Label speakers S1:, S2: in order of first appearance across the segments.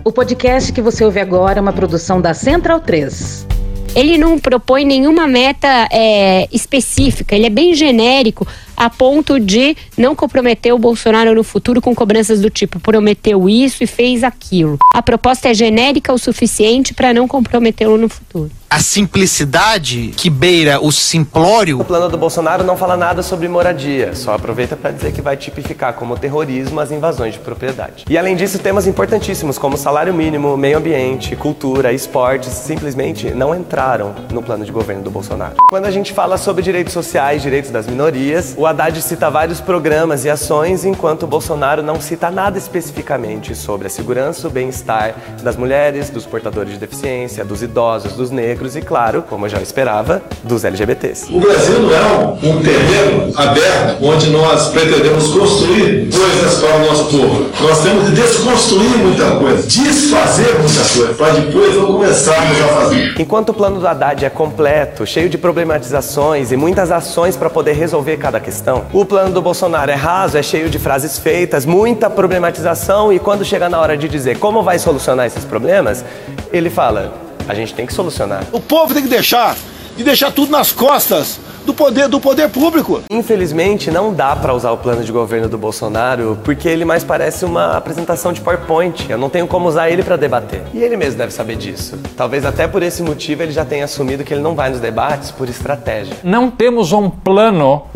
S1: O podcast que você ouve agora é uma produção da Central 3.
S2: Ele não propõe nenhuma meta específica, ele é bem genérico, a ponto de não comprometer o Bolsonaro no futuro com cobranças do tipo, prometeu isso e fez aquilo. A proposta é genérica o suficiente para não comprometê-lo no futuro.
S3: A simplicidade que beira o simplório.
S4: O plano do Bolsonaro não fala nada sobre moradia, só aproveita para dizer que vai tipificar como terrorismo as invasões de propriedade. E além disso, temas importantíssimos como salário mínimo, meio ambiente, cultura, esportes, simplesmente não entraram no plano de governo do Bolsonaro. Quando a gente fala sobre direitos sociais, direitos das minorias, o Haddad cita vários programas e ações, enquanto o Bolsonaro não cita nada especificamente sobre a segurança, o bem-estar das mulheres, dos portadores de deficiência, dos idosos, dos negros e, claro, como eu já esperava, dos LGBTs.
S5: O Brasil não é um terreno aberto onde nós pretendemos construir coisas para o nosso povo. Nós temos que desconstruir muita coisa, desfazer muita coisa, para depois não começarmos a fazer.
S4: Enquanto o plano do Haddad é completo, cheio de problematizações e muitas ações para poder resolver cada questão, o plano do Bolsonaro é raso, é cheio de frases feitas, muita problematização, e quando chega na hora de dizer como vai solucionar esses problemas, ele fala: a gente tem que solucionar.
S6: O povo tem que deixar tudo nas costas do poder público.
S4: Infelizmente, não dá para usar o plano de governo do Bolsonaro porque ele mais parece uma apresentação de PowerPoint. Eu não tenho como usar ele para debater. E ele mesmo deve saber disso. Talvez até por esse motivo ele já tenha assumido que ele não vai nos debates por estratégia.
S7: Não temos um plano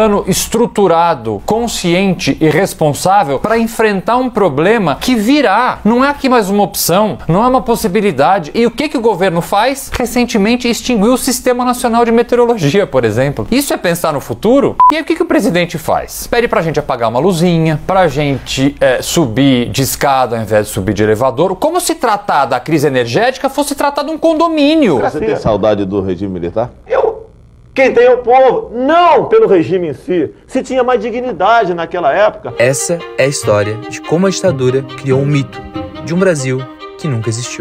S7: estruturado, consciente e responsável para enfrentar um problema que virá. Não é aqui mais uma opção, não é uma possibilidade. E o que o governo faz? Recentemente extinguiu o Sistema Nacional de Meteorologia, por exemplo. Isso é pensar no futuro? E aí o que o presidente faz? Pede pra gente apagar uma luzinha, pra gente subir de escada ao invés de subir de elevador, como se tratar da crise energética fosse tratar de um condomínio.
S8: Você tem saudade do regime militar?
S6: Quem tem é o povo, não pelo regime em si. Se tinha mais dignidade naquela época.
S9: Essa é a história de como a ditadura criou um mito de um Brasil que nunca existiu.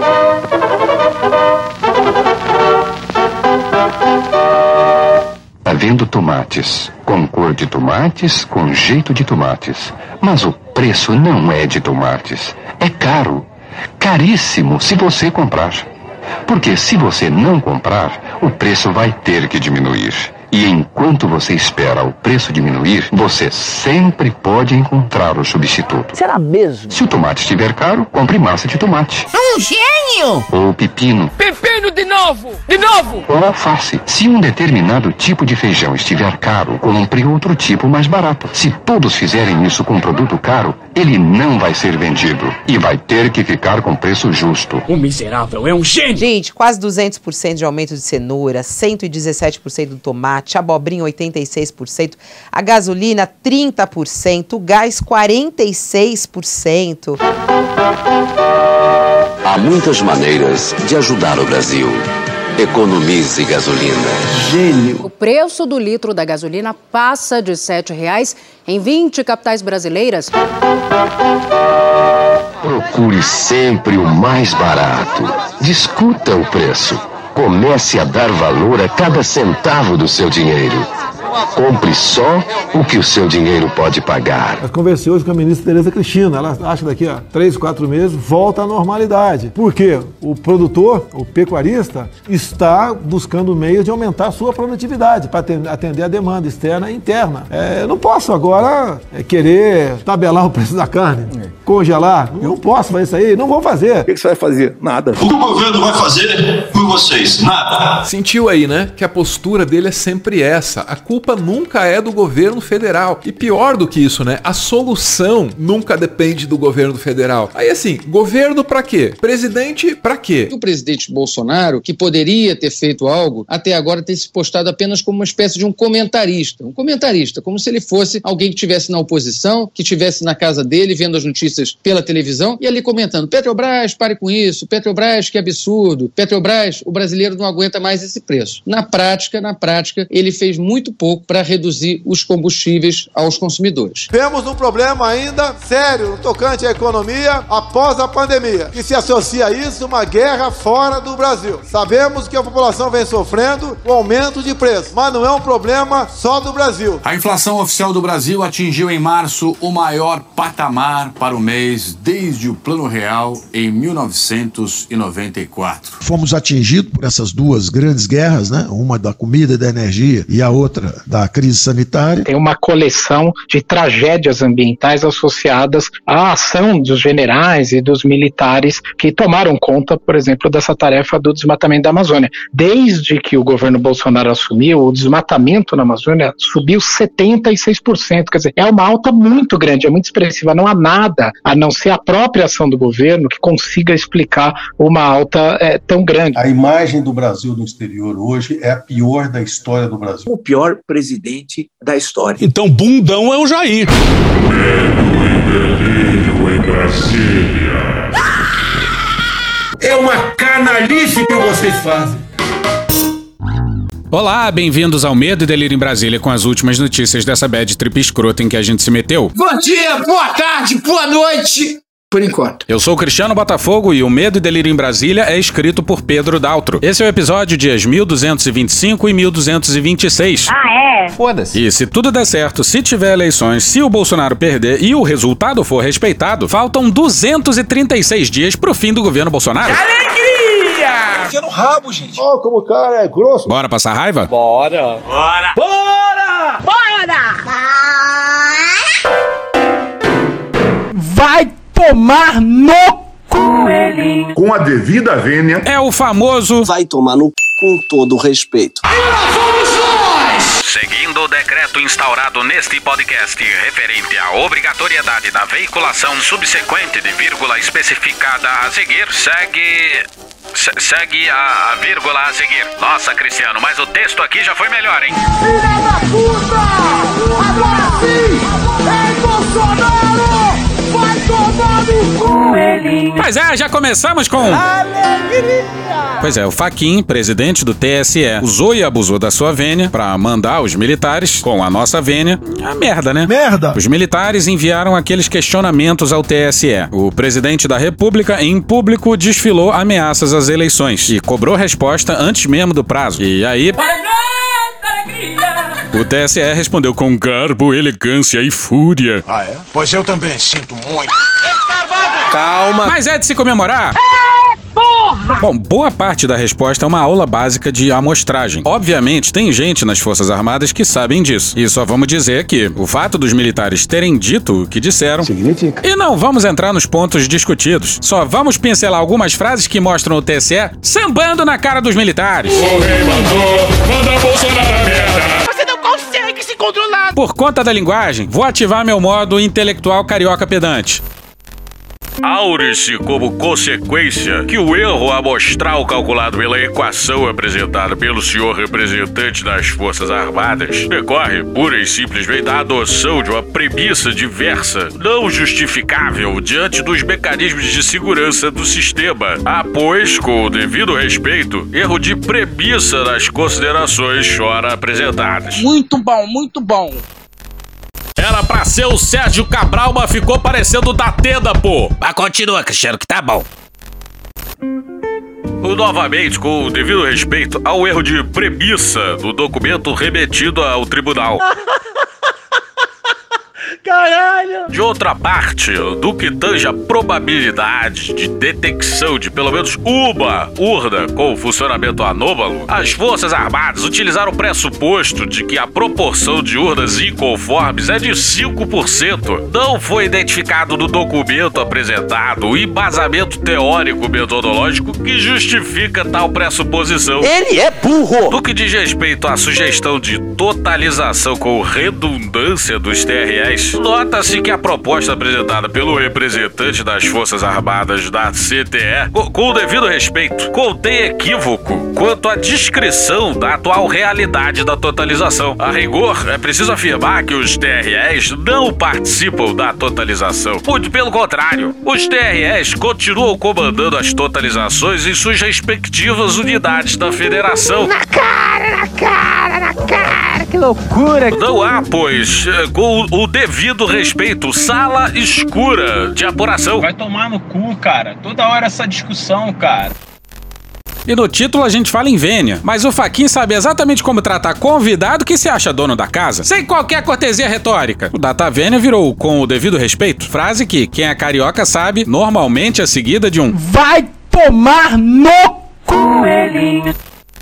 S10: Tá vendo tomates, com cor de tomates, com jeito de tomates. Mas o preço não é de tomates. É caro, caríssimo se você comprar. Porque se você não comprar, o preço vai ter que diminuir. E enquanto você espera o preço diminuir, você sempre pode encontrar o substituto.
S6: Será mesmo?
S10: Se o tomate estiver caro, compre massa de tomate.
S3: Um gênio!
S10: Ou pepino.
S3: Pepino de novo! De novo!
S10: Ou alface. Se um determinado tipo de feijão estiver caro, compre outro tipo mais barato. Se todos fizerem isso com um produto caro, ele não vai ser vendido. E vai ter que ficar com preço justo.
S3: O miserável é um gênio!
S11: Gente, quase 200% de aumento de cenoura, 117% do tomate, abobrinha 86%, a gasolina 30%, o gás 46%.
S12: Há muitas maneiras de ajudar o Brasil. Economize gasolina.
S13: Gênio. O preço do litro da gasolina passa de R$ 7,00 em 20 capitais brasileiras.
S10: Procure sempre o mais barato. Discuta o preço. Comece a dar valor a cada centavo do seu dinheiro. Compre só o que o seu dinheiro pode pagar.
S14: Eu conversei hoje com a ministra Tereza Cristina. Ela acha que daqui a 3, 4 meses volta à normalidade. Por quê? O produtor, o pecuarista, está buscando meios de aumentar a sua produtividade para atender a demanda externa e interna. Eu não posso agora querer tabelar o preço da carne, congelar. Eu não posso fazer isso aí, não vou fazer.
S6: O que você vai fazer? Nada.
S5: O que o governo vai fazer por vocês? Nada.
S15: Sentiu aí, né? Que a postura dele é sempre essa. A culpa nunca é do governo federal. E pior do que isso, né? A solução nunca depende do governo federal. Aí assim, governo pra quê? Presidente pra quê?
S16: O presidente Bolsonaro, que poderia ter feito algo, até agora tem se postado apenas como uma espécie de um comentarista. Um comentarista, como se ele fosse alguém que estivesse na oposição, que estivesse na casa dele, vendo as notícias pela televisão, e ali comentando: Petrobras, pare com isso, Petrobras, que absurdo, Petrobras, o brasileiro não aguenta mais esse preço. Na prática, ele fez muito pouco pouco para reduzir os combustíveis aos consumidores.
S14: Temos um problema ainda sério no tocante à economia após a pandemia, que se associa a isso uma guerra fora do Brasil. Sabemos que a população vem sofrendo com aumento de preço, mas não é um problema só do Brasil.
S17: A inflação oficial do Brasil atingiu em março o maior patamar para o mês desde o Plano Real em 1994.
S18: Fomos atingidos por essas duas grandes guerras, né? Uma da comida e da energia e a outra da crise sanitária.
S19: Tem uma coleção de tragédias ambientais associadas à ação dos generais e dos militares que tomaram conta, por exemplo, dessa tarefa do desmatamento da Amazônia. Desde que o governo Bolsonaro assumiu, o desmatamento na Amazônia subiu 76%, quer dizer, é uma alta muito grande, é muito expressiva, não há nada, a não ser a própria ação do governo, que consiga explicar uma alta tão grande.
S20: A imagem do Brasil no exterior hoje é a pior da história do Brasil.
S21: O pior presidente da história.
S22: Então, bundão é o Jair.
S5: Medo e delírio em Brasília.
S21: É uma canalice que vocês fazem.
S22: Olá, bem-vindos ao Medo e Delírio em Brasília com as últimas notícias dessa bad trip escrota em que a gente se meteu.
S21: Bom dia, boa tarde, boa noite. Por enquanto.
S22: Eu sou o Cristiano Botafogo e o Medo e Delírio em Brasília é escrito por Pedro Daltro. Esse é o episódio dias 1225 e 1226.
S2: Ah, é?
S22: Foda-se. E se tudo der certo, se tiver eleições, se o Bolsonaro perder e o resultado for respeitado, faltam 236 dias pro fim do governo Bolsonaro.
S21: Alegria! Enfia no rabo, gente.
S14: Ó, como o cara é grosso.
S22: Bora passar raiva?
S21: Bora. Bora. Bora.
S2: Bora!
S22: Vai tomar no
S5: coelhinho. Com a devida vênia.
S22: É o famoso
S21: vai tomar no com todo o respeito.
S22: E lá vamos nós! Seguindo o decreto instaurado neste podcast referente à obrigatoriedade da veiculação subsequente de vírgula especificada a seguir, segue a vírgula a seguir. Nossa, Cristiano, mas o texto aqui já foi melhor, hein?
S23: Filha da puta! Agora sim! É Bolsonaro! Vai tomar no coelhinho!
S22: Mas já começamos com
S23: alegria!
S22: Pois é, o Fachin, presidente do TSE, usou e abusou da sua vênia pra mandar os militares, com a nossa vênia, a merda, né?
S14: Merda!
S22: Os militares enviaram aqueles questionamentos ao TSE. O presidente da República, em público, desfilou ameaças às eleições e cobrou resposta antes mesmo do prazo. E aí... O TSE respondeu com garbo, elegância e fúria.
S21: Ah, é? Pois eu também sinto muito.
S22: Calma. Mas é de se comemorar. Porra! Bom, boa parte da resposta é uma aula básica de amostragem. Obviamente, tem gente nas Forças Armadas que sabem disso. E só vamos dizer que o fato dos militares terem dito o que disseram... significa. E não vamos entrar nos pontos discutidos. Só vamos pincelar algumas frases que mostram o TSE sambando na cara dos militares.
S5: O rei mandou, manda Bolsonaro a merda.
S21: Você não consegue se controlar.
S22: Por conta da linguagem, vou ativar meu modo intelectual carioca pedante. Aure-se como consequência que o erro amostral calculado pela equação apresentada pelo senhor representante das Forças Armadas decorre pura e simplesmente da adoção de uma premissa diversa, não justificável diante dos mecanismos de segurança do sistema. Pois, com o devido respeito, erro de premissa nas considerações fora apresentadas.
S21: Muito bom, muito bom.
S22: Era pra ser o Sérgio Cabral, mas ficou parecendo o Datena, pô.
S21: Mas continua, Cristiano, que tá bom.
S22: Novamente, com o devido respeito ao erro de premissa do documento remetido ao tribunal.
S23: Caralho!
S22: De outra parte, do que tange a probabilidade de detecção de pelo menos uma urna com funcionamento anômalo, as Forças Armadas utilizaram o pressuposto de que a proporção de urnas inconformes é de 5%. Não foi identificado no documento apresentado o embasamento teórico-metodológico que justifica tal pressuposição.
S21: Ele é burro!
S22: No que diz respeito à sugestão de totalização com redundância dos TREs, nota-se que a proposta apresentada pelo representante das Forças Armadas da CTE, com o devido respeito, contém equívoco quanto à descrição da atual realidade da totalização. A rigor, é preciso afirmar que os TREs não participam da totalização. Muito pelo contrário, os TREs continuam comandando as totalizações em suas respectivas unidades da federação.
S23: Na cara, na cara, na cara! que loucura.
S22: Não há, pois, com o devido respeito, sala escura de apuração.
S1: Vai tomar no cu, cara. Toda hora essa discussão, cara.
S22: E no título a gente fala em vênia, mas o Fachin sabe exatamente como tratar convidado que se acha dono da casa, sem qualquer cortesia retórica. O Data Vênia virou com o devido respeito, frase que quem é carioca sabe, normalmente é seguida de um
S23: vai tomar no coelhinho.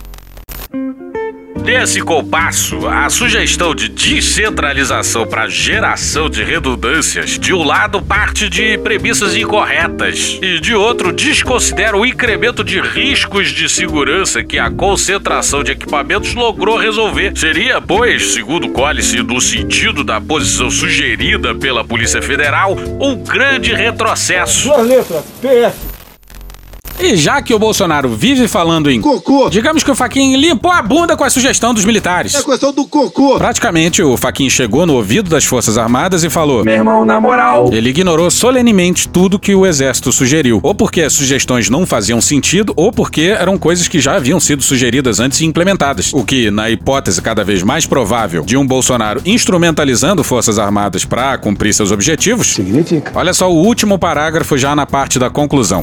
S22: Nesse compasso, a sugestão de descentralização para geração de redundâncias, de um lado parte de premissas incorretas e de outro desconsidera o incremento de riscos de segurança que a concentração de equipamentos logrou resolver. Seria, pois, segundo Collice, no sentido da posição sugerida pela Polícia Federal, um grande retrocesso.
S14: Duas letras, PS.
S22: E já que o Bolsonaro vive falando em
S18: cocô,
S22: digamos que o Fachin limpou a bunda com a sugestão dos militares.
S18: É a questão do cocô.
S22: Praticamente, o Fachin chegou no ouvido das Forças Armadas e falou:
S23: meu irmão, na moral.
S22: Ele ignorou solenemente tudo que o Exército sugeriu. Ou porque as sugestões não faziam sentido, ou porque eram coisas que já haviam sido sugeridas antes e implementadas. O que, na hipótese cada vez mais provável de um Bolsonaro instrumentalizando Forças Armadas para cumprir seus objetivos, significa. Olha só o último parágrafo já na parte da conclusão.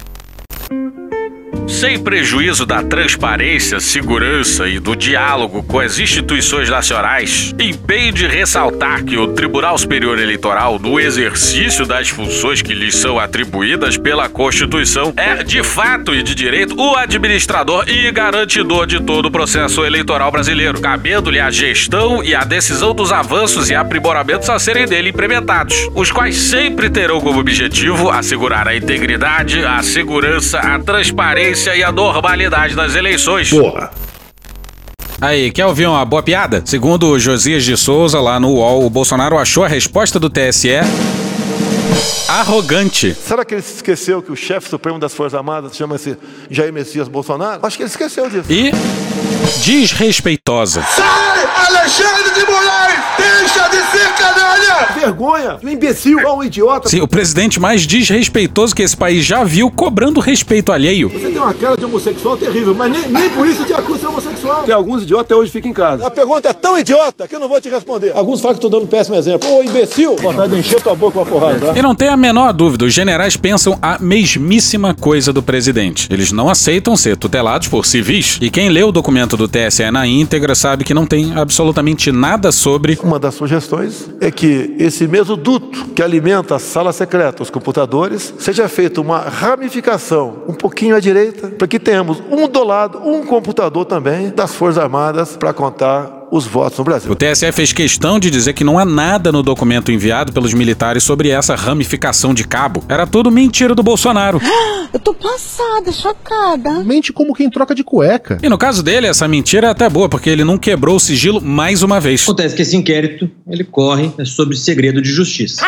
S22: Sem prejuízo da transparência, segurança e do diálogo com as instituições nacionais, empenho de ressaltar que o Tribunal Superior Eleitoral, no exercício das funções que lhes são atribuídas pela Constituição, é, de fato e de direito, o administrador e garantidor de todo o processo eleitoral brasileiro, cabendo-lhe a gestão e a decisão dos avanços e aprimoramentos a serem dele implementados, os quais sempre terão como objetivo assegurar a integridade, a segurança, a transparência e a normalidade das eleições.
S18: Porra.
S22: Aí, quer ouvir uma boa piada? Segundo o Josias de Souza, lá no UOL, o Bolsonaro achou a resposta do TSE arrogante.
S14: Será que ele se esqueceu que o chefe supremo das Forças Armadas chama-se Jair Messias Bolsonaro? Acho que ele esqueceu disso.
S22: E desrespeitosa.
S23: Sai, Alexandre de Moraes! Deixa de ser canalha!
S14: Vergonha! Um imbecil, um idiota.
S22: Sim, o presidente mais desrespeitoso que esse país já viu, cobrando respeito alheio.
S14: Você tem uma cara de homossexual terrível, mas nem por isso te acusa de ser homossexual. Tem alguns idiotas até hoje ficam em casa. A pergunta é tão idiota que eu não vou te responder. Alguns falam que estou dando um péssimo exemplo. Ô, imbecil! Vontade de encher tua boca com uma porrada, tá?
S22: E não tem a menor dúvida, os generais pensam a mesmíssima coisa do presidente. Eles não aceitam ser tutelados por civis. E quem lê o documento do TSE na íntegra sabe que não tem absolutamente nada sobre...
S14: Uma das sugestões é que esse mesmo duto que alimenta a sala secreta, os computadores, seja feita uma ramificação um pouquinho à direita, para que tenhamos do lado, um computador também das Forças Armadas para contar os votos no Brasil.
S22: O TSE fez questão de dizer que não há nada no documento enviado pelos militares sobre essa ramificação de cabo. Era tudo mentira do Bolsonaro.
S23: Eu tô passada, chocada.
S4: Mente como quem troca de cueca.
S22: E no caso dele, essa mentira é até boa, porque ele não quebrou o sigilo mais uma vez.
S7: Acontece que esse inquérito, ele corre sobre segredo de justiça.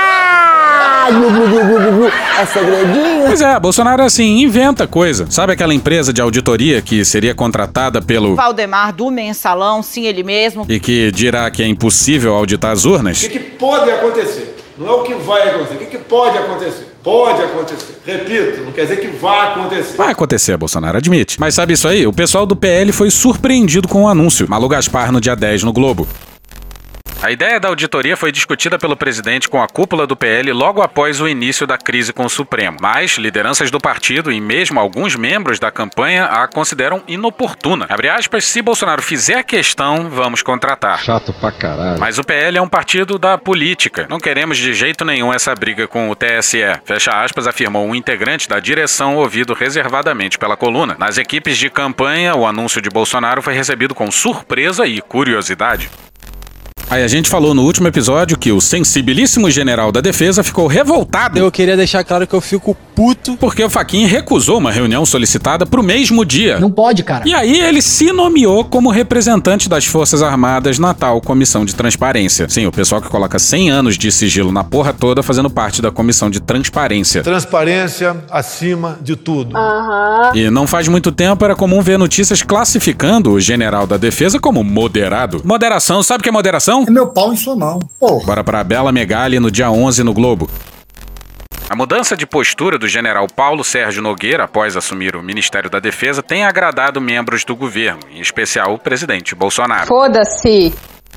S23: É segredinho.
S22: Pois é, Bolsonaro assim, inventa coisa. Sabe aquela empresa de auditoria que seria contratada pelo...
S24: Valdemar do Mensalão, sim, ele mesmo.
S22: E que dirá que é impossível auditar as urnas?
S14: O que pode acontecer? Não é o que vai acontecer. O que pode acontecer? Pode acontecer. Repito, não quer dizer que vai acontecer.
S22: Vai acontecer, Bolsonaro admite. Mas sabe isso aí? O pessoal do PL foi surpreendido com o anúncio. Malu Gaspar no dia 10 no Globo. A ideia da auditoria foi discutida pelo presidente com a cúpula do PL logo após o início da crise com o Supremo. Mas lideranças do partido e mesmo alguns membros da campanha a consideram inoportuna. Abre aspas, se Bolsonaro fizer questão, vamos contratar.
S4: Chato pra caralho.
S22: Mas o PL é um partido da política. Não queremos de jeito nenhum essa briga com o TSE. Fecha aspas, afirmou um integrante da direção ouvido reservadamente pela coluna. Nas equipes de campanha, o anúncio de Bolsonaro foi recebido com surpresa e curiosidade. Aí a gente falou no último episódio que o sensibilíssimo general da defesa ficou revoltado.
S25: Eu queria deixar claro que eu fico puto.
S22: Porque o Fachin recusou uma reunião solicitada pro mesmo dia.
S25: Não pode, cara.
S22: E aí ele se nomeou como representante das Forças Armadas na tal Comissão de Transparência. Sim, o pessoal que coloca 100 anos de sigilo na porra toda fazendo parte da Comissão de Transparência.
S14: Transparência acima de tudo.
S22: E não faz muito tempo era comum ver notícias classificando o general da defesa como moderado. Moderação, sabe o que é moderação?
S4: É meu pau em sua mão. Porra.
S22: Bora pra Bela Megali no dia 11 no Globo. A mudança de postura do general Paulo Sérgio Nogueira após assumir o Ministério da Defesa tem agradado membros do governo, em especial o presidente Bolsonaro.
S24: Foda-se.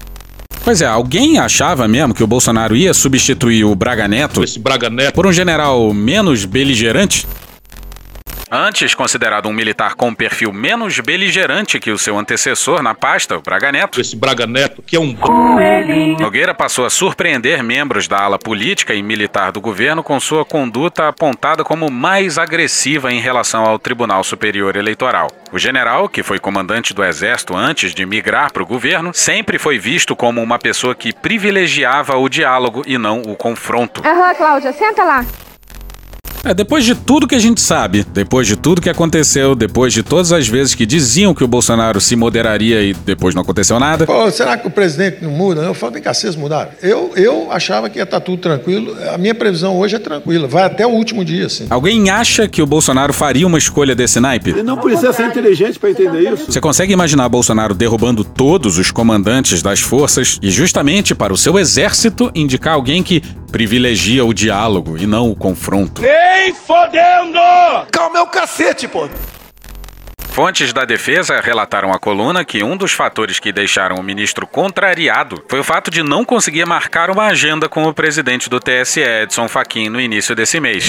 S22: Pois é, alguém achava mesmo que o Bolsonaro ia substituir o Braga Neto, por um general menos beligerante? Antes considerado um militar com um perfil menos beligerante que o seu antecessor na pasta, o Braga Neto.
S21: Esse Braga Neto, que é um...
S22: Nogueira passou a surpreender membros da ala política e militar do governo com sua conduta apontada como mais agressiva em relação ao Tribunal Superior Eleitoral. O general, que foi comandante do Exército antes de migrar para o governo, sempre foi visto como uma pessoa que privilegiava o diálogo e não o confronto.
S3: Cláudia, senta lá.
S22: Depois de tudo que a gente sabe, depois de tudo que aconteceu, depois de todas as vezes que diziam que o Bolsonaro se moderaria e depois não aconteceu nada...
S18: Pô, será que o presidente não muda? Eu falo, vem cá, vocês mudaram. Eu achava que ia estar tudo tranquilo. A minha previsão hoje é tranquila. Vai até o último dia, assim.
S22: Alguém acha que o Bolsonaro faria uma escolha desse naipe?
S14: Ele não precisa ser inteligente para entender isso.
S22: Você consegue imaginar Bolsonaro derrubando todos os comandantes das forças e justamente para o seu exército indicar alguém que privilegia o diálogo e não o confronto?
S21: Nem fodendo! Calma, é o cacete, pô!
S22: Fontes da defesa relataram à coluna que um dos fatores que deixaram o ministro contrariado foi o fato de não conseguir marcar uma agenda com o presidente do TSE, Edson Fachin, no início desse mês.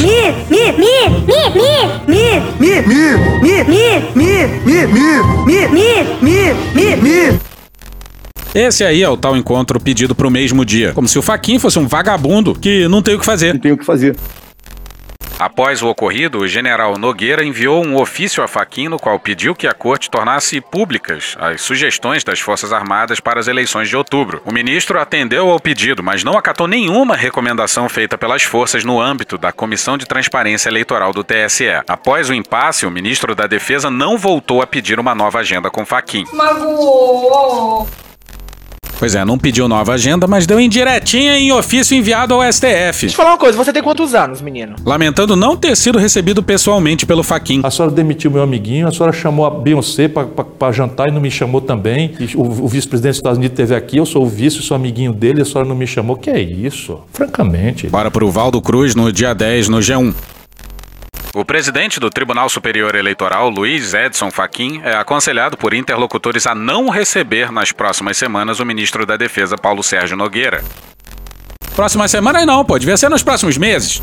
S22: Esse aí é o tal encontro pedido pro mesmo dia, como se o Fachin fosse um vagabundo que não tem o que fazer.
S14: Não tem o que fazer.
S22: Após o ocorrido, o general Nogueira enviou um ofício a Fachin no qual pediu que a corte tornasse públicas as sugestões das Forças Armadas para as eleições de outubro. O ministro atendeu ao pedido, mas não acatou nenhuma recomendação feita pelas forças no âmbito da Comissão de Transparência Eleitoral do TSE. Após o impasse, o ministro da Defesa não voltou a pedir uma nova agenda com Fachin.
S3: Magoou!
S22: Pois é, não pediu nova agenda, mas deu indiretinha em ofício enviado ao STF.
S8: Deixa eu falar uma coisa, você tem quantos anos, menino?
S22: Lamentando não ter sido recebido pessoalmente pelo Fachin.
S9: A senhora demitiu meu amiguinho, a senhora chamou a Beyoncé pra jantar e não me chamou também. E o vice-presidente dos Estados Unidos esteve aqui, eu sou o vice, sou amiguinho dele, a senhora não me chamou. Que é isso? Francamente.
S22: Bora pro Valdo Cruz no dia 10, no G1. O presidente do Tribunal Superior Eleitoral, Luiz Edson Fachin, é aconselhado por interlocutores a não receber nas próximas semanas o ministro da Defesa, Paulo Sérgio Nogueira. Próximas semanas não, pô, devia ser nos próximos meses.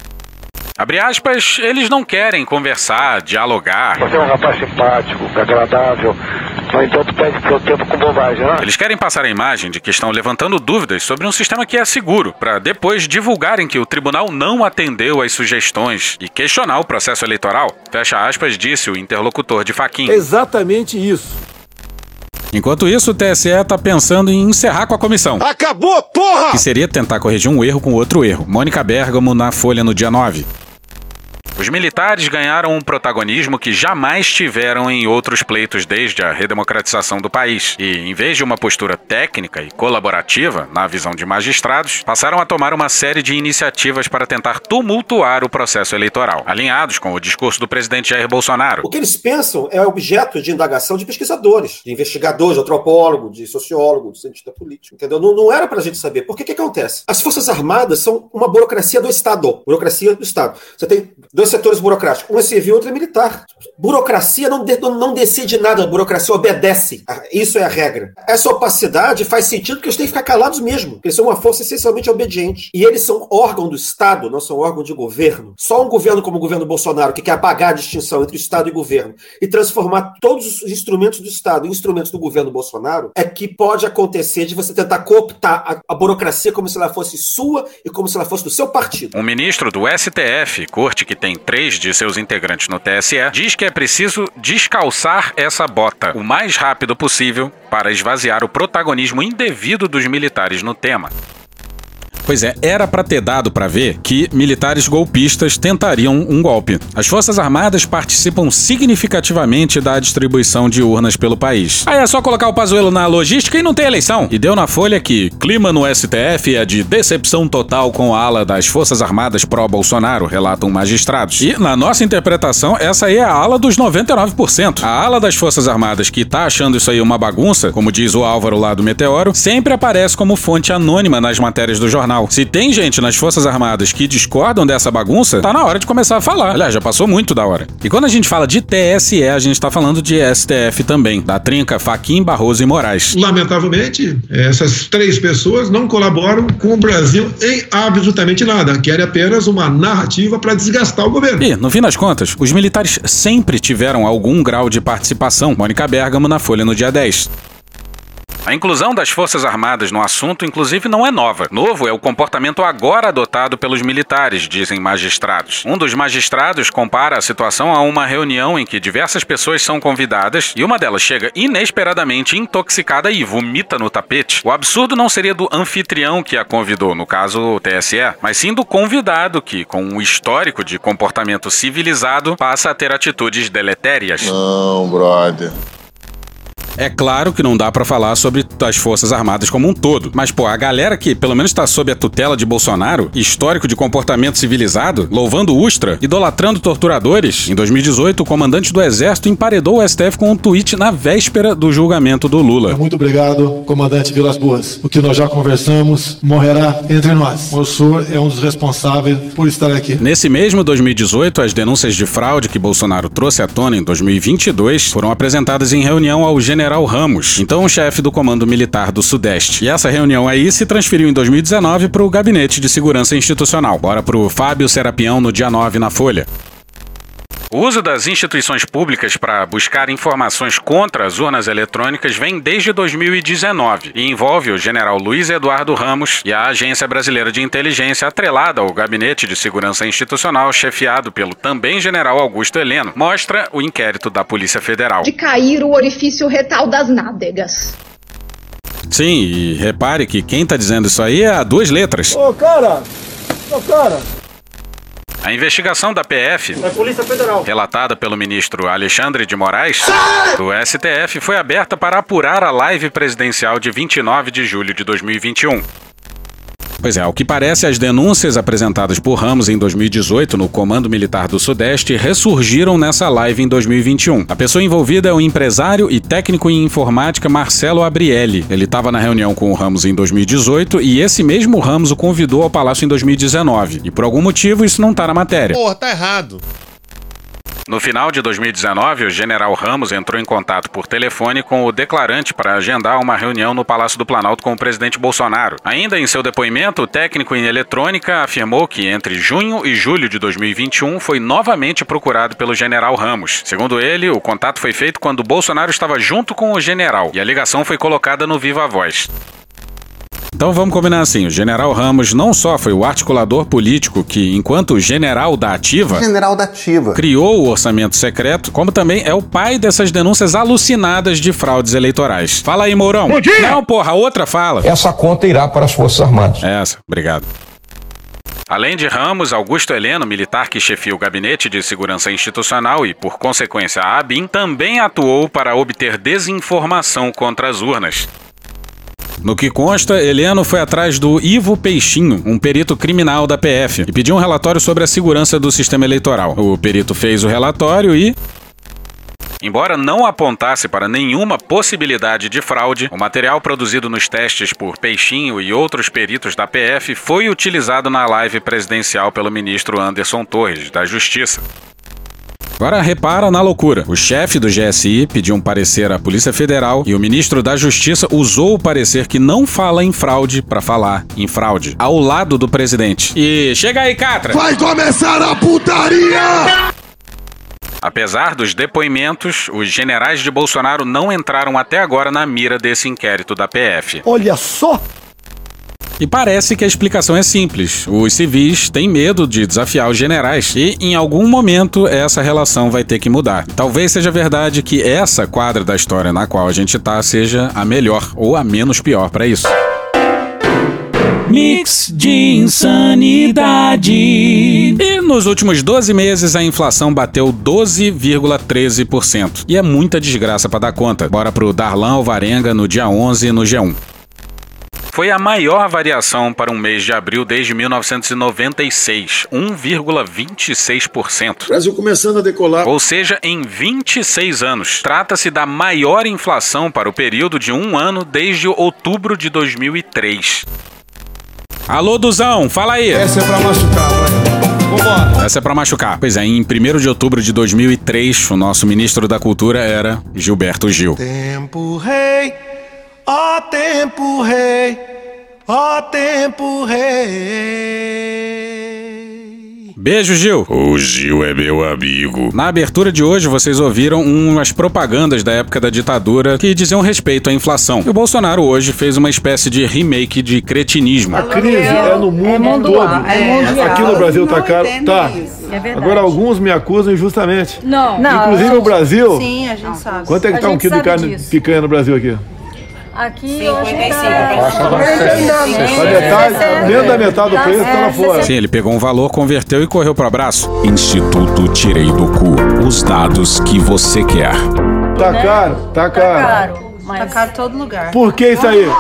S22: Abre aspas, eles não querem conversar, dialogar.
S11: Você é um rapaz simpático, agradável, no entanto perde seu tempo com bobagem, né?
S22: Eles querem passar a imagem de que estão levantando dúvidas sobre um sistema que é seguro, para depois divulgarem que o tribunal não atendeu às sugestões e questionar o processo eleitoral. Fecha aspas, disse o interlocutor de Fachin.
S14: Exatamente isso.
S22: Enquanto isso, o TSE está pensando em encerrar com a comissão.
S21: Acabou, porra!
S22: Que seria tentar corrigir um erro com outro erro. Mônica Bergamo na Folha no dia 9. Os militares ganharam um protagonismo que jamais tiveram em outros pleitos desde a redemocratização do país. E, em vez de uma postura técnica e colaborativa, na visão de magistrados, passaram a tomar uma série de iniciativas para tentar tumultuar o processo eleitoral, alinhados com o discurso do presidente Jair Bolsonaro.
S12: O que eles pensam é objeto de indagação de pesquisadores, de investigadores, de antropólogo, de sociólogo, de cientista político, entendeu? Não era pra gente saber. Por que acontece? As Forças Armadas são uma burocracia do Estado. Burocracia do Estado. Você tem dois setores burocráticos. Um é civil, outro é militar. Burocracia não decide nada, a burocracia obedece. Isso é a regra. Essa opacidade faz sentido porque eles têm que ficar calados mesmo. Porque eles são uma força essencialmente obediente. E eles são órgão do Estado, não são órgão de governo. Só um governo como o governo Bolsonaro, que quer apagar a distinção entre o Estado e o governo e transformar todos os instrumentos do Estado em instrumentos do governo Bolsonaro, é que pode acontecer de você tentar cooptar a burocracia como se ela fosse sua e como se ela fosse do seu partido.
S22: Um ministro do STF, corte que tem 3 de seus integrantes no TSE, diz que é preciso descalçar essa bota o mais rápido possível para esvaziar o protagonismo indevido dos militares no tema. Pois é, era pra ter dado pra ver que militares golpistas tentariam um golpe. As Forças Armadas participam significativamente da distribuição de urnas pelo país. Aí é só colocar o Pazuello na logística e não tem eleição. E deu na Folha que clima no STF é de decepção total com a ala das Forças Armadas pró-Bolsonaro, relatam magistrados. E, na nossa interpretação, essa aí é a ala dos 99%. A ala das Forças Armadas que tá achando isso aí uma bagunça, como diz o Álvaro lá do Meteoro, sempre aparece como fonte anônima nas matérias do jornal. Nacional. Se tem gente nas Forças Armadas que discordam dessa bagunça, tá na hora de começar a falar. Aliás, já passou muito da hora. E quando a gente fala de TSE, a gente tá falando de STF também, da trinca Fachin, Barroso e Moraes.
S18: Lamentavelmente, essas três pessoas não colaboram com o Brasil em absolutamente nada. Querem apenas uma narrativa para desgastar o governo.
S22: E, no fim das contas, os militares sempre tiveram algum grau de participação. Mônica Bergamo na Folha no dia 10. A inclusão das Forças Armadas no assunto, inclusive, não é nova. Novo é o comportamento agora adotado pelos militares, dizem magistrados. Um dos magistrados compara a situação a uma reunião em que diversas pessoas são convidadas e uma delas chega inesperadamente intoxicada e vomita no tapete. O absurdo não seria do anfitrião que a convidou, no caso o TSE, mas sim do convidado que, com um histórico de comportamento civilizado, passa a ter atitudes deletérias.
S5: Não, brother.
S22: É claro que não dá pra falar sobre as Forças Armadas como um todo, mas pô, a galera que pelo menos tá sob a tutela de Bolsonaro, histórico de comportamento civilizado, louvando Ustra, idolatrando torturadores, em 2018 o comandante do Exército emparedou o STF com um tweet na véspera do julgamento do Lula.
S14: Muito obrigado, comandante Vilas Boas. O que nós já conversamos morrerá entre nós. O senhor é um dos responsáveis por estar aqui.
S22: Nesse mesmo 2018, as denúncias de fraude que Bolsonaro trouxe à tona em 2022 foram apresentadas em reunião ao General Ramos, então o chefe do Comando Militar do Sudeste. E essa reunião aí se transferiu em 2019 para o Gabinete de Segurança Institucional. Bora pro Fábio Serapião no dia 9 na Folha. O uso das instituições públicas para buscar informações contra as urnas eletrônicas vem desde 2019 e envolve o general Luiz Eduardo Ramos e a Agência Brasileira de Inteligência atrelada ao Gabinete de Segurança Institucional chefiado pelo também general Augusto Heleno, mostra o inquérito da Polícia Federal.
S3: De cair o orifício retal das nádegas.
S22: Sim, e repare que quem tá dizendo isso aí é a duas letras.
S14: Ô cara!
S22: A investigação da PF,
S14: Polícia Federal,
S22: relatada pelo ministro Alexandre de Moraes, do STF, foi aberta para apurar a live presidencial de 29 de julho de 2021. Pois é, ao que parece, as denúncias apresentadas por Ramos em 2018 no Comando Militar do Sudeste ressurgiram nessa live em 2021. A pessoa envolvida é o empresário e técnico em informática Marcelo Abrielli. Ele estava na reunião com o Ramos em 2018 e esse mesmo Ramos o convidou ao Palácio em 2019. E por algum motivo isso não tá na matéria.
S21: Porra, tá errado.
S22: No final de 2019, o general Ramos entrou em contato por telefone com o declarante para agendar uma reunião no Palácio do Planalto com o presidente Bolsonaro. Ainda em seu depoimento, o técnico em eletrônica afirmou que entre junho e julho de 2021 foi novamente procurado pelo general Ramos. Segundo ele, o contato foi feito quando Bolsonaro estava junto com o general e a ligação foi colocada no Viva Voz. Então vamos combinar assim, o general Ramos não só foi o articulador político que, enquanto general da ativa, criou o orçamento secreto, como também é o pai dessas denúncias alucinadas de fraudes eleitorais. Fala aí, Mourão.
S21: Bom dia!
S22: Não, porra, a outra fala.
S21: Essa conta irá para as Forças Armadas.
S22: Essa, obrigado. Além de Ramos, Augusto Heleno, militar que chefia o Gabinete de Segurança Institucional e, por consequência, a ABIN, também atuou para obter desinformação contra as urnas. No que consta, Heleno foi atrás do Ivo Peixinho, um perito criminal da PF, e pediu um relatório sobre a segurança do sistema eleitoral. O perito fez o relatório e... Embora não apontasse para nenhuma possibilidade de fraude, o material produzido nos testes por Peixinho e outros peritos da PF foi utilizado na live presidencial pelo ministro Anderson Torres, da Justiça. Agora repara na loucura. O chefe do GSI pediu um parecer à Polícia Federal e o ministro da Justiça usou o parecer que não fala em fraude para falar em fraude, ao lado do presidente. E chega aí, Catra!
S21: Vai começar a putaria!
S22: Apesar dos depoimentos, os generais de Bolsonaro não entraram até agora na mira desse inquérito da PF.
S14: Olha só!
S22: E parece que a explicação é simples. Os civis têm medo de desafiar os generais e, em algum momento, essa relação vai ter que mudar. Talvez seja verdade que essa quadra da história na qual a gente tá seja a melhor ou a menos pior para isso. Mix de insanidade. E nos últimos 12 meses a inflação bateu 12,13%. E é muita desgraça para dar conta. Bora pro Darlan Alvarenga no dia 11 no G1. Foi a maior variação para um mês de abril desde 1996, 1,26%.
S18: Brasil começando a decolar.
S22: Ou seja, em 26 anos. Trata-se da maior inflação para o período de um ano desde outubro de 2003. Alô, Duzão, fala aí.
S21: Essa é pra machucar, vambora.
S22: Essa é pra machucar. Pois é, em 1º de outubro de 2003, o nosso ministro da Cultura era Gilberto Gil.
S21: Tempo rei, ó tempo rei, ó tempo rei.
S22: Beijo, Gil. O Gil é meu amigo. Na abertura de hoje, vocês ouviram umas propagandas da época da ditadura que diziam respeito à inflação. E o Bolsonaro hoje fez uma espécie de remake de cretinismo.
S14: A crise é no mundo todo. Aqui no Brasil tá caro. Tá. Agora alguns me acusam injustamente.
S24: Não.
S14: Inclusive o Brasil.
S24: Sim, a gente sabe.
S14: Quanto é que tá um quilo de carne picanha no Brasil aqui?
S24: Aqui
S14: 55. Dentro da metade do preço tá lá fora.
S22: Sim, ele pegou um valor, converteu e correu pro abraço. Instituto Tirei do Cu. Os dados que você quer.
S14: Tá caro, tá caro.
S24: Tá caro em todo lugar.
S14: Por que isso aí?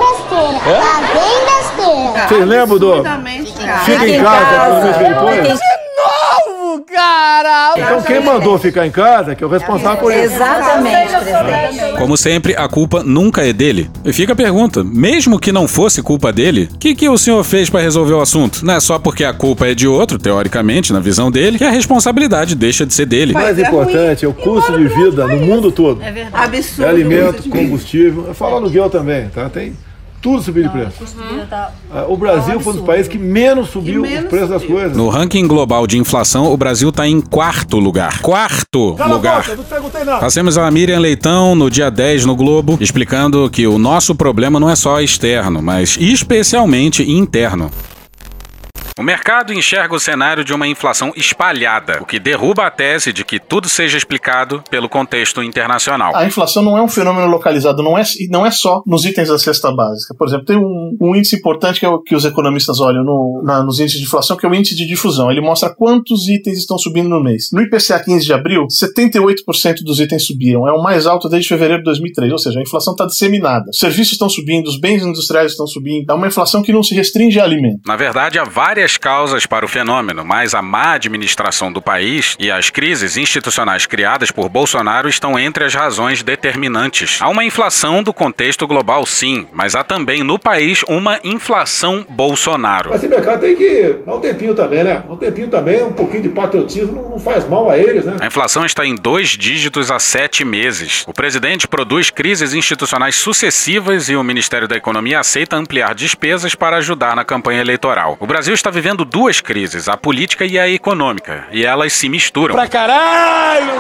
S6: Bem besteira.
S14: Vocês lembram do Fica em casa depois?
S6: Novo, cara!
S14: Então quem mandou ficar em casa que é o responsável por isso.
S24: Exatamente, presidente.
S22: Como sempre, a culpa nunca é dele. E fica a pergunta, mesmo que não fosse culpa dele, o que o senhor fez para resolver o assunto? Não é só porque a culpa é de outro, teoricamente, na visão dele, que a responsabilidade deixa de ser dele.
S14: O mais importante é o custo de vida no mundo todo.
S24: É verdade. Absurdo.
S14: É alimento, combustível, eu falo aluguel também, tá? Tem tudo subiu de preço. O Brasil foi um dos países que menos subiu os preços das coisas.
S22: No ranking global de inflação, o Brasil está em 4º lugar. Lugar. Passemos a Miriam Leitão no dia 10 no Globo, explicando que o nosso problema não é só externo, mas especialmente interno. O mercado enxerga o cenário de uma inflação espalhada, o que derruba a tese de que tudo seja explicado pelo contexto internacional.
S10: A inflação não é um fenômeno localizado, não é só nos itens da cesta básica. Por exemplo, tem um índice importante que os economistas olham nos índices de inflação, que é o índice de difusão. Ele mostra quantos itens estão subindo no mês. No IPCA 15 de abril, 78% dos itens subiram. É o mais alto desde fevereiro de 2003, ou seja, a inflação está disseminada. Os serviços estão subindo, os bens industriais estão subindo. É uma inflação que não se restringe a alimento.
S22: Na verdade, há várias causas para o fenômeno, mas a má administração do país e as crises institucionais criadas por Bolsonaro estão entre as razões determinantes. Há uma inflação do contexto global, sim, mas há também no país uma inflação Bolsonaro.
S14: Mas esse mercado tem que dar um tempinho também, né? Um tempinho também, um pouquinho de patriotismo não faz mal a eles, né?
S22: A inflação está em 2 dígitos há 7 meses. O presidente produz crises institucionais sucessivas e o Ministério da Economia aceita ampliar despesas para ajudar na campanha eleitoral. O Brasil está vivendo 2 crises, a política e a econômica, e elas se misturam.
S21: Pra caralho!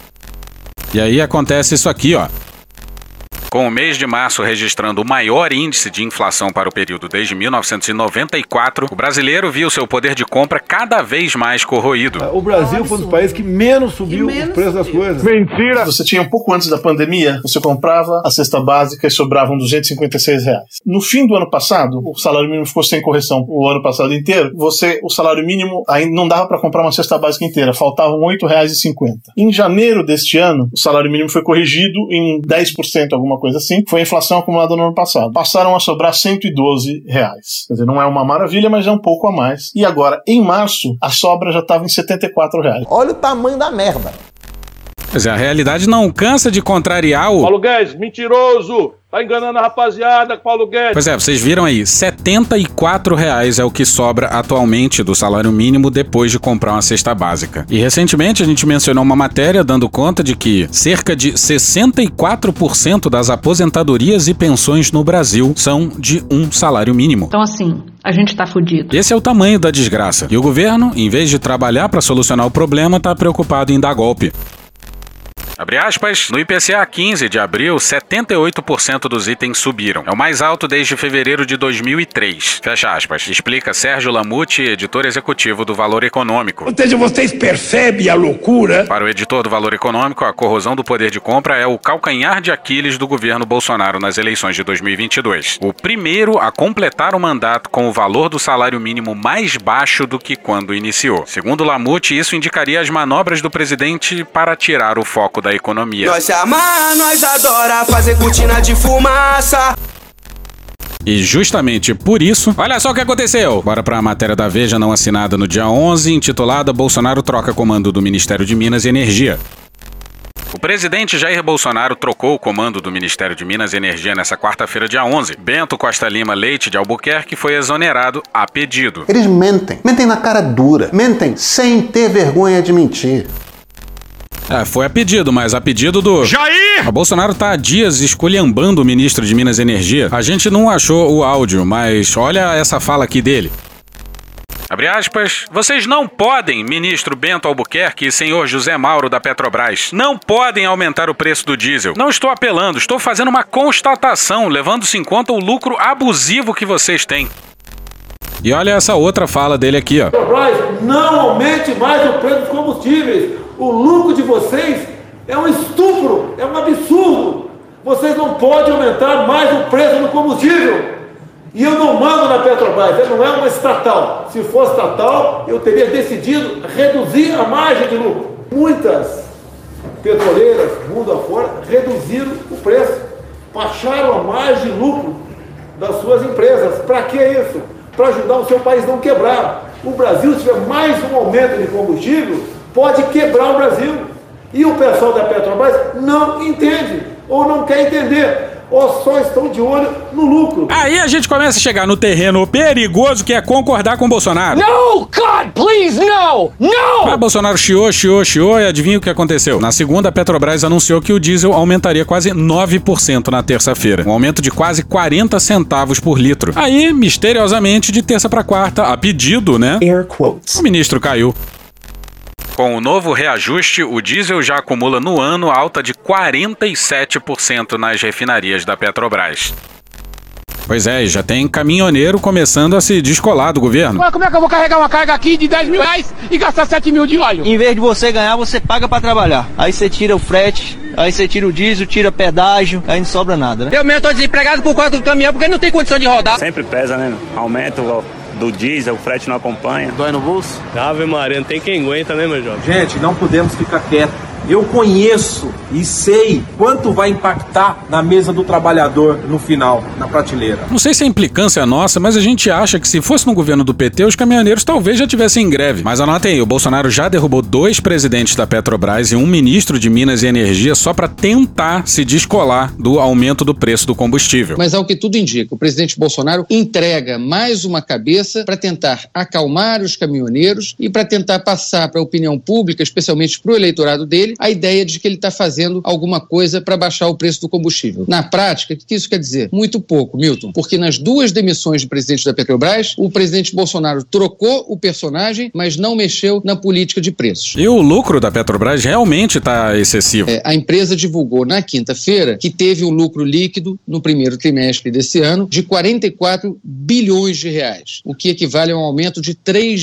S22: E aí acontece isso aqui, ó. Com o mês de março registrando o maior índice de inflação para o período desde 1994, o brasileiro viu seu poder de compra cada vez mais corroído.
S14: O Brasil foi um dos países que menos subiu os preços das coisas.
S10: Mentira! Você tinha um pouco antes da pandemia, você comprava a cesta básica e sobravam R$256. No fim do ano passado, o salário mínimo ficou sem correção o ano passado inteiro, o salário mínimo ainda não dava para comprar uma cesta básica inteira, faltavam R$8,50. Em janeiro deste ano, o salário mínimo foi corrigido em 10%, alguma coisa assim, foi a inflação acumulada no ano passado. Passaram a sobrar R$112. Quer dizer, não é uma maravilha, mas é um pouco a mais. E agora, em março, a sobra já estava em R$74.
S13: Olha o tamanho da merda.
S22: Mas a realidade não cansa de contrariar o...
S21: Paulo Guedes, mentiroso! Tá enganando a rapaziada, Paulo Guedes.
S22: Pois é, vocês viram aí, R$74 é o que sobra atualmente do salário mínimo depois de comprar uma cesta básica. E recentemente a gente mencionou uma matéria dando conta de que cerca de 64% das aposentadorias e pensões no Brasil são de um salário mínimo.
S15: Então assim, a gente tá fudido.
S22: Esse é o tamanho da desgraça. E o governo, em vez de trabalhar para solucionar o problema, tá preocupado em dar golpe. Abre aspas, no IPCA 15 de abril, 78% dos itens subiram. É o mais alto desde fevereiro de 2003. Fecha aspas. Explica Sérgio Lamute, editor executivo do Valor Econômico.
S21: Ou seja, vocês percebem a loucura?
S22: Para o editor do Valor Econômico, a corrosão do poder de compra é o calcanhar de Aquiles do governo Bolsonaro nas eleições de 2022. O primeiro a completar o mandato com o valor do salário mínimo mais baixo do que quando iniciou. Segundo Lamute, isso indicaria as manobras do presidente para tirar o foco da economia.
S16: Nós se amar, nós adora fazer cortina de fumaça.
S22: E justamente por isso, olha só o que aconteceu. Bora pra matéria da Veja não assinada no dia 11, intitulada Bolsonaro troca comando do Ministério de Minas e Energia. O presidente Jair Bolsonaro trocou o comando do Ministério de Minas e Energia nessa quarta-feira, dia 11. Bento Costa Lima Leite de Albuquerque foi exonerado a pedido.
S2: Eles mentem. Mentem na cara dura. Mentem sem ter vergonha de mentir.
S22: Foi a pedido, mas a pedido do Jair! O Bolsonaro tá há dias esculhambando o ministro de Minas e Energia. A gente não achou o áudio, mas olha essa fala aqui dele. Abre aspas, vocês não podem, ministro Bento Albuquerque e senhor José Mauro da Petrobras, não podem aumentar o preço do diesel. Não estou apelando, estou fazendo uma constatação, levando-se em conta o lucro abusivo que vocês têm. E olha essa outra fala dele aqui, ó.
S13: Petrobras, não aumente mais o preço dos combustíveis. O lucro de vocês é um estupro, é um absurdo. Vocês não podem aumentar mais o preço do combustível. E eu não mando na Petrobras, ela não é uma estatal. Se fosse estatal, eu teria decidido reduzir a margem de lucro. Muitas petroleiras, mundo afora, reduziram o preço, baixaram a margem de lucro das suas empresas. Para que isso? Para ajudar o seu país a não quebrar. O Brasil, se tiver mais um aumento de combustível, pode quebrar o Brasil. E o pessoal da Petrobras não entende, ou não quer entender, ou só estão de olho no lucro.
S22: Aí a gente começa a chegar no terreno perigoso que é concordar com o Bolsonaro.
S17: No, God, please, no! No!
S22: Mas Bolsonaro chiou e adivinha o que aconteceu? Na segunda, a Petrobras anunciou que o diesel aumentaria quase 9% na terça-feira. Um aumento de quase 40 centavos por litro. Aí, misteriosamente, de terça para quarta, a pedido, né? Air quotes. O ministro caiu. Com o novo reajuste, o diesel já acumula no ano alta de 47% nas refinarias da Petrobras. Pois é, já tem caminhoneiro começando a se descolar do governo.
S17: Como é que eu vou carregar uma carga aqui de 10 mil reais e gastar 7 mil de óleo?
S19: Em vez de você ganhar, você paga pra trabalhar. Aí você tira o frete, aí você tira o diesel, tira pedágio, aí não sobra nada, né?
S17: Eu mesmo tô desempregado por causa do caminhão porque não tem condição de rodar.
S20: Sempre pesa, né? Aumento do diesel, o frete não acompanha.
S19: Dói no bolso?
S20: Ave Maria, não tem quem aguenta, né, meu jovem?
S26: Gente, não podemos ficar quietos. Eu conheço e sei quanto vai impactar na mesa do trabalhador no final, na prateleira.
S22: Não sei se é implicância nossa, mas a gente acha que se fosse no governo do PT, os caminhoneiros talvez já tivessem em greve. Mas anotem aí, o Bolsonaro já derrubou 2 presidentes da Petrobras e um ministro de Minas e Energia só para tentar se descolar do aumento do preço do combustível.
S27: Mas ao que tudo indica, o presidente Bolsonaro entrega mais uma cabeça para tentar acalmar os caminhoneiros e para tentar passar para a opinião pública, especialmente para o eleitorado dele, a ideia de que ele está fazendo alguma coisa para baixar o preço do combustível. Na prática, o que isso quer dizer? Muito pouco, Milton, porque nas 2 demissões de presidente da Petrobras, o presidente Bolsonaro trocou o personagem, mas não mexeu na política de preços.
S22: E o lucro da Petrobras realmente está excessivo.
S27: A empresa divulgou na quinta-feira que teve um lucro líquido no primeiro trimestre desse ano de 44 bilhões de reais, o que equivale a um aumento de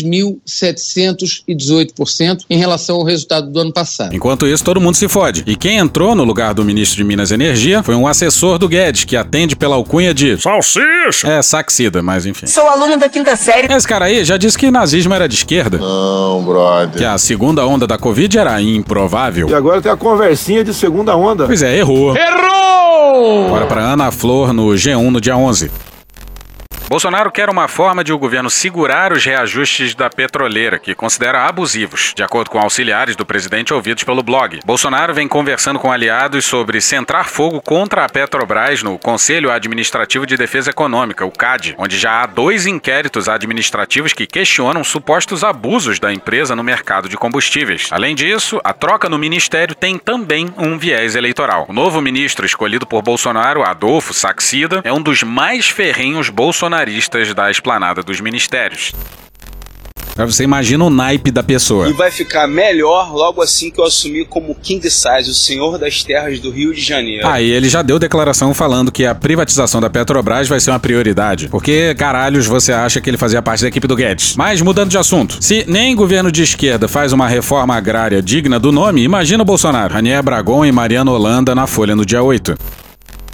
S27: 3.718% em relação ao resultado do ano passado.
S22: Enquanto isso, todo mundo se fode. E quem entrou no lugar do ministro de Minas e Energia foi um assessor do Guedes, que atende pela alcunha de salsicha. É, saxida, mas enfim.
S17: Sou aluno da 5ª série.
S22: Esse cara aí já disse que nazismo era de esquerda.
S26: Não, brother.
S22: Que a segunda onda da Covid era improvável.
S26: E agora tem a conversinha de segunda onda.
S22: Pois é, errou.
S17: Errou!
S22: Bora pra Ana Flor no G1 no dia 11. Bolsonaro quer uma forma de o governo segurar os reajustes da petroleira, que considera abusivos, de acordo com auxiliares do presidente ouvidos pelo blog. Bolsonaro vem conversando com aliados sobre centrar fogo contra a Petrobras no Conselho Administrativo de Defesa Econômica, o CAD, onde já há 2 inquéritos administrativos que questionam supostos abusos da empresa no mercado de combustíveis. Além disso, a troca no ministério tem também um viés eleitoral. O novo ministro escolhido por Bolsonaro, Adolfo Saxida, é um dos mais ferrenhos bolsonaristas da esplanada dos ministérios. Você imagina o naipe da pessoa.
S28: E vai ficar melhor logo assim que eu assumir como King Size, o senhor das terras do Rio de Janeiro.
S22: E ele já deu declaração falando que a privatização da Petrobras vai ser uma prioridade. Porque, caralhos, você acha que ele fazia parte da equipe do Guedes? Mas, mudando de assunto, se nem governo de esquerda faz uma reforma agrária digna do nome, imagina o Bolsonaro, Ranier Bragon e Mariana Holanda na Folha no dia 8.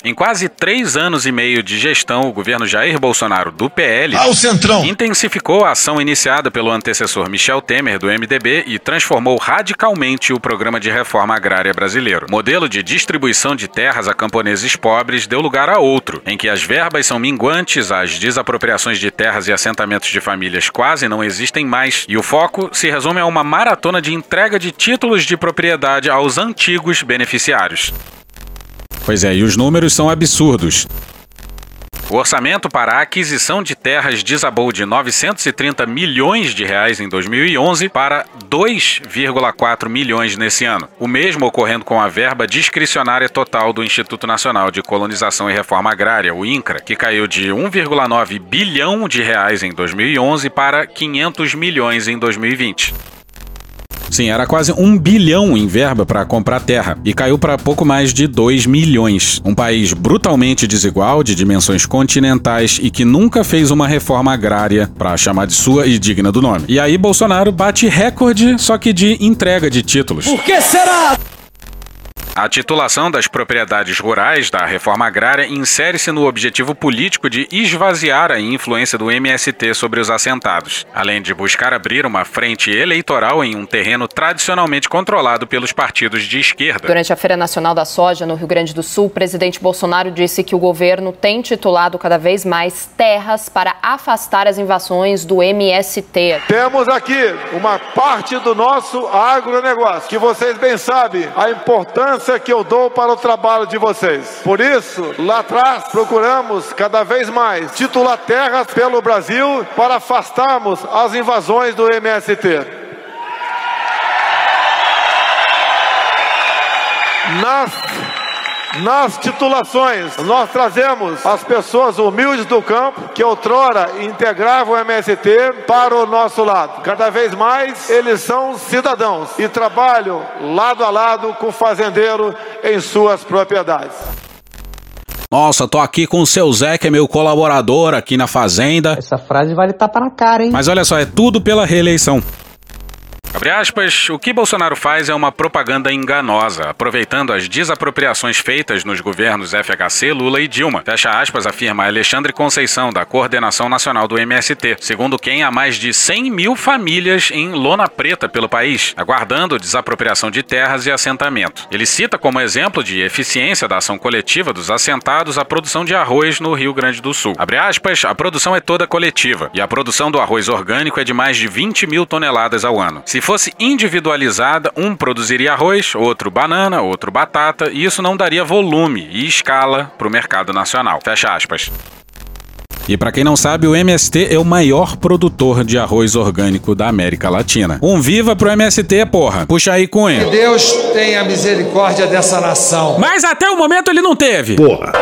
S22: Em quase 3 anos e meio de gestão, o governo Jair Bolsonaro, do PL, intensificou a ação iniciada pelo antecessor Michel Temer, do MDB, e transformou radicalmente o programa de reforma agrária brasileiro. O modelo de distribuição de terras a camponeses pobres deu lugar a outro, em que as verbas são minguantes, as desapropriações de terras e assentamentos de famílias quase não existem mais, e o foco se resume a uma maratona de entrega de títulos de propriedade aos antigos beneficiários. Pois é, e os números são absurdos. O orçamento para a aquisição de terras desabou de 930 milhões de reais em 2011 para 2,4 milhões nesse ano. O mesmo ocorrendo com a verba discricionária total do Instituto Nacional de Colonização e Reforma Agrária, o INCRA, que caiu de 1,9 bilhão de reais em 2011 para 500 milhões em 2020. Sim, era quase 1 bilhão em verba para comprar terra e caiu para pouco mais de 2 milhões. Um país brutalmente desigual, de dimensões continentais e que nunca fez uma reforma agrária para chamar de sua e digna do nome. E aí Bolsonaro bate recorde, só que de entrega de títulos.
S21: Por que será?
S22: A titulação das propriedades rurais da reforma agrária insere-se no objetivo político de esvaziar a influência do MST sobre os assentados, além de buscar abrir uma frente eleitoral em um terreno tradicionalmente controlado pelos partidos de esquerda.
S1: Durante a Feira Nacional da Soja, no Rio Grande do Sul, o presidente Bolsonaro disse que o governo tem titulado cada vez mais terras para afastar as invasões do MST.
S4: Temos aqui uma parte do nosso agronegócio, que vocês bem sabem a importância que eu dou para o trabalho de vocês. Por isso, lá atrás, procuramos cada vez mais titular terras pelo Brasil para afastarmos as invasões do MST. Nas titulações, nós trazemos as pessoas humildes do campo, que outrora integravam o MST, para o nosso lado. Cada vez mais, eles são cidadãos e trabalham lado a lado com o fazendeiro em suas propriedades.
S22: Nossa, tô aqui com o seu Zé, que é meu colaborador aqui na fazenda.
S7: Essa frase vale tapa na cara, hein?
S22: Mas olha só, é tudo pela reeleição. Abre aspas, o que Bolsonaro faz é uma propaganda enganosa, aproveitando as desapropriações feitas nos governos FHC, Lula e Dilma. Fecha aspas, afirma Alexandre Conceição, da Coordenação Nacional do MST, segundo quem há mais de 100 mil famílias em lona preta pelo país, aguardando desapropriação de terras e assentamento. Ele cita como exemplo de eficiência da ação coletiva dos assentados a produção de arroz no Rio Grande do Sul. Abre aspas, a produção é toda coletiva, e a produção do arroz orgânico é de mais de 20 mil toneladas ao ano. Se fosse individualizada, um produziria arroz, outro banana, outro batata, e isso não daria volume e escala para o mercado nacional. Fecha aspas. E para quem não sabe, o MST é o maior produtor de arroz orgânico da América Latina. Um viva pro MST, porra. Puxa aí, Cunha.
S21: Que Deus tenha misericórdia dessa nação.
S22: Mas até o momento ele não teve.
S18: Porra.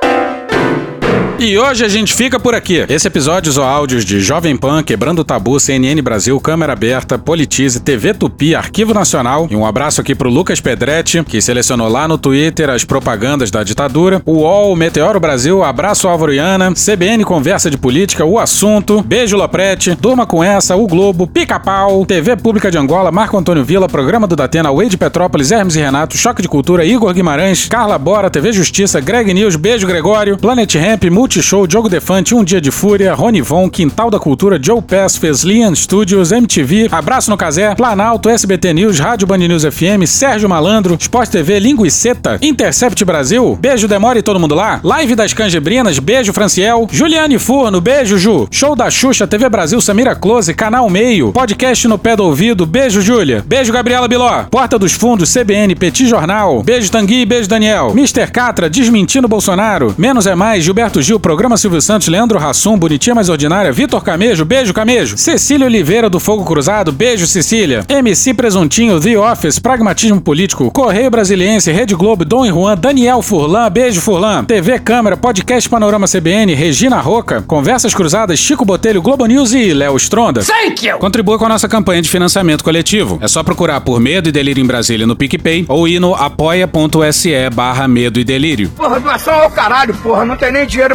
S22: E hoje a gente fica por aqui. Esse episódio usou áudios de Jovem Pan, Quebrando o Tabu, CNN Brasil, Câmera Aberta, Politize, TV Tupi, Arquivo Nacional. E um abraço aqui pro Lucas Pedretti, que selecionou lá no Twitter as propagandas da ditadura. O UOL, Meteoro Brasil, Abraço Álvaro e Ana, CBN Conversa de Política, O Assunto, Beijo Loprete, Durma com Essa, O Globo, Pica-Pau, TV Pública de Angola, Marco Antônio Villa, Programa do Datena, Wade Petrópolis, Hermes e Renato, Choque de Cultura, Igor Guimarães, Carla Bora, TV Justiça, Greg News, Beijo Gregório, Planet Ramp, Multishow, Diogo Defante, Um Dia de Fúria, Rony Von, Quintal da Cultura, Joe Pass, Feslian Studios, MTV, Abraço no Casé, Planalto, SBT News, Rádio Band News FM, Sérgio Malandro, Sport TV, Linguiceta, Intercept Brasil, Beijo Demora e Todo Mundo Lá, Live das Canjibrinas, Beijo Franciel, Juliane Furno, Beijo Ju, Show da Xuxa, TV Brasil, Samira Close, Canal Meio, Podcast no Pé do Ouvido, Beijo Júlia, Beijo Gabriela Biló, Porta dos Fundos, CBN, Petit Jornal, Beijo Tanguy, Beijo Daniel, Mr. Catra, Desmentindo Bolsonaro, Menos é Mais, Gilberto Gil, Programa Silvio Santos, Leandro Hassum, Bonitinha Mais Ordinária, Vitor Camejo, Beijo Camejo, Cecília Oliveira do Fogo Cruzado, Beijo Cecília, MC Presuntinho, The Office, Pragmatismo Político, Correio Brasiliense, Rede Globo, Dom e Juan, Daniel Furlan, Beijo Furlan, TV Câmara, Podcast Panorama CBN, Regina Roca, Conversas Cruzadas, Chico Botelho, Globo News e Léo Stronda.
S21: Thank you!
S22: Contribua com a nossa campanha de financiamento coletivo. É só procurar por Medo e Delírio em Brasília no PicPay ou ir no apoia.se/Medo e Delírio.
S21: Porra, doação ao caralho, porra, não tem nem dinheiro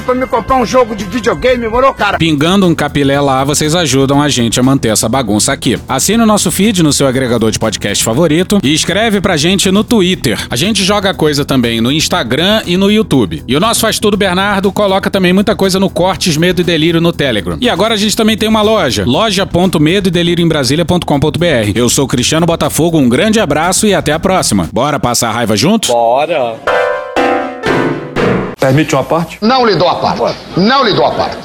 S17: pra me comprar um jogo de videogame, moro, cara?
S22: Pingando um capilé lá, vocês ajudam a gente a manter essa bagunça aqui. Assine o nosso feed no seu agregador de podcast favorito e escreve pra gente no Twitter. A gente joga coisa também no Instagram e no YouTube. E o nosso Faz Tudo Bernardo coloca também muita coisa no Cortes Medo e Delírio no Telegram. E agora a gente também tem uma loja, loja.medoedelirioembrasilha.com.br. Eu sou Cristiano Botafogo, um grande abraço e até a próxima. Bora passar a raiva juntos?
S28: Bora!
S3: Permite uma parte?
S17: Não lhe dou a parte. Não lhe dou a parte.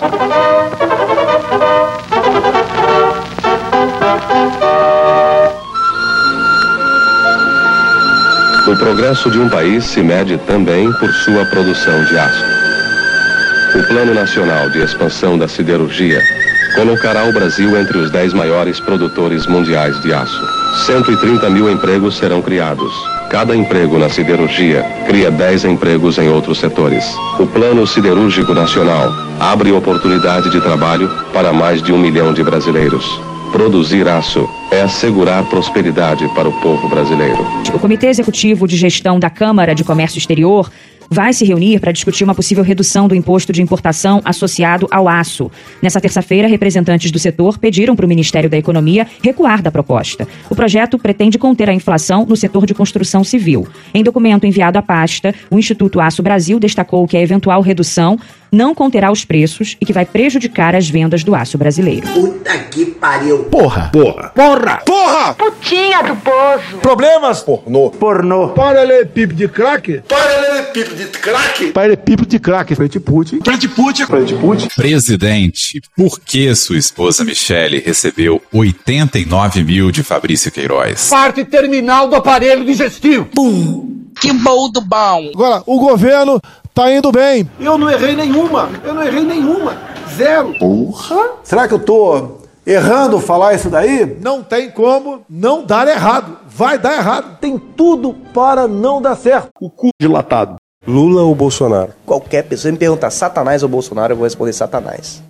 S5: O progresso de um país se mede também por sua produção de aço. O Plano Nacional de Expansão da Siderurgia colocará o Brasil entre os 10 maiores produtores mundiais de aço. 130 mil empregos serão criados. Cada emprego na siderurgia cria 10 empregos em outros setores. O Plano Siderúrgico Nacional abre oportunidade de trabalho para mais de 1 milhão de brasileiros. Produzir aço é assegurar prosperidade para o povo brasileiro.
S8: O Comitê Executivo de Gestão da Câmara de Comércio Exterior vai se reunir para discutir uma possível redução do imposto de importação associado ao aço. Nessa terça-feira, representantes do setor pediram para o Ministério da Economia recuar da proposta. O projeto pretende conter a inflação no setor de construção civil. Em documento enviado à pasta, o Instituto Aço Brasil destacou que a eventual redução não conterá os preços e que vai prejudicar as vendas do aço brasileiro.
S17: Puta que pariu.
S21: Porra!
S17: Putinha do poço.
S21: Problemas?
S17: Pornô.
S21: Paralelepípedo de crack?
S14: Paralelepípedo de crack. Frente Putin.
S9: Presidente, por que sua esposa Michele recebeu 89 mil de Fabrício Queiroz?
S17: Parte terminal do aparelho digestivo.
S16: Que bom do bom.
S14: Agora, o governo tá indo bem.
S17: Eu não errei nenhuma. Zero.
S14: Será que eu tô errando falar isso daí? Não tem como não dar errado. Vai dar errado. Tem tudo para não dar certo.
S3: O cu dilatado. Lula ou Bolsonaro?
S28: Qualquer pessoa me perguntar Satanás ou Bolsonaro, eu vou responder Satanás.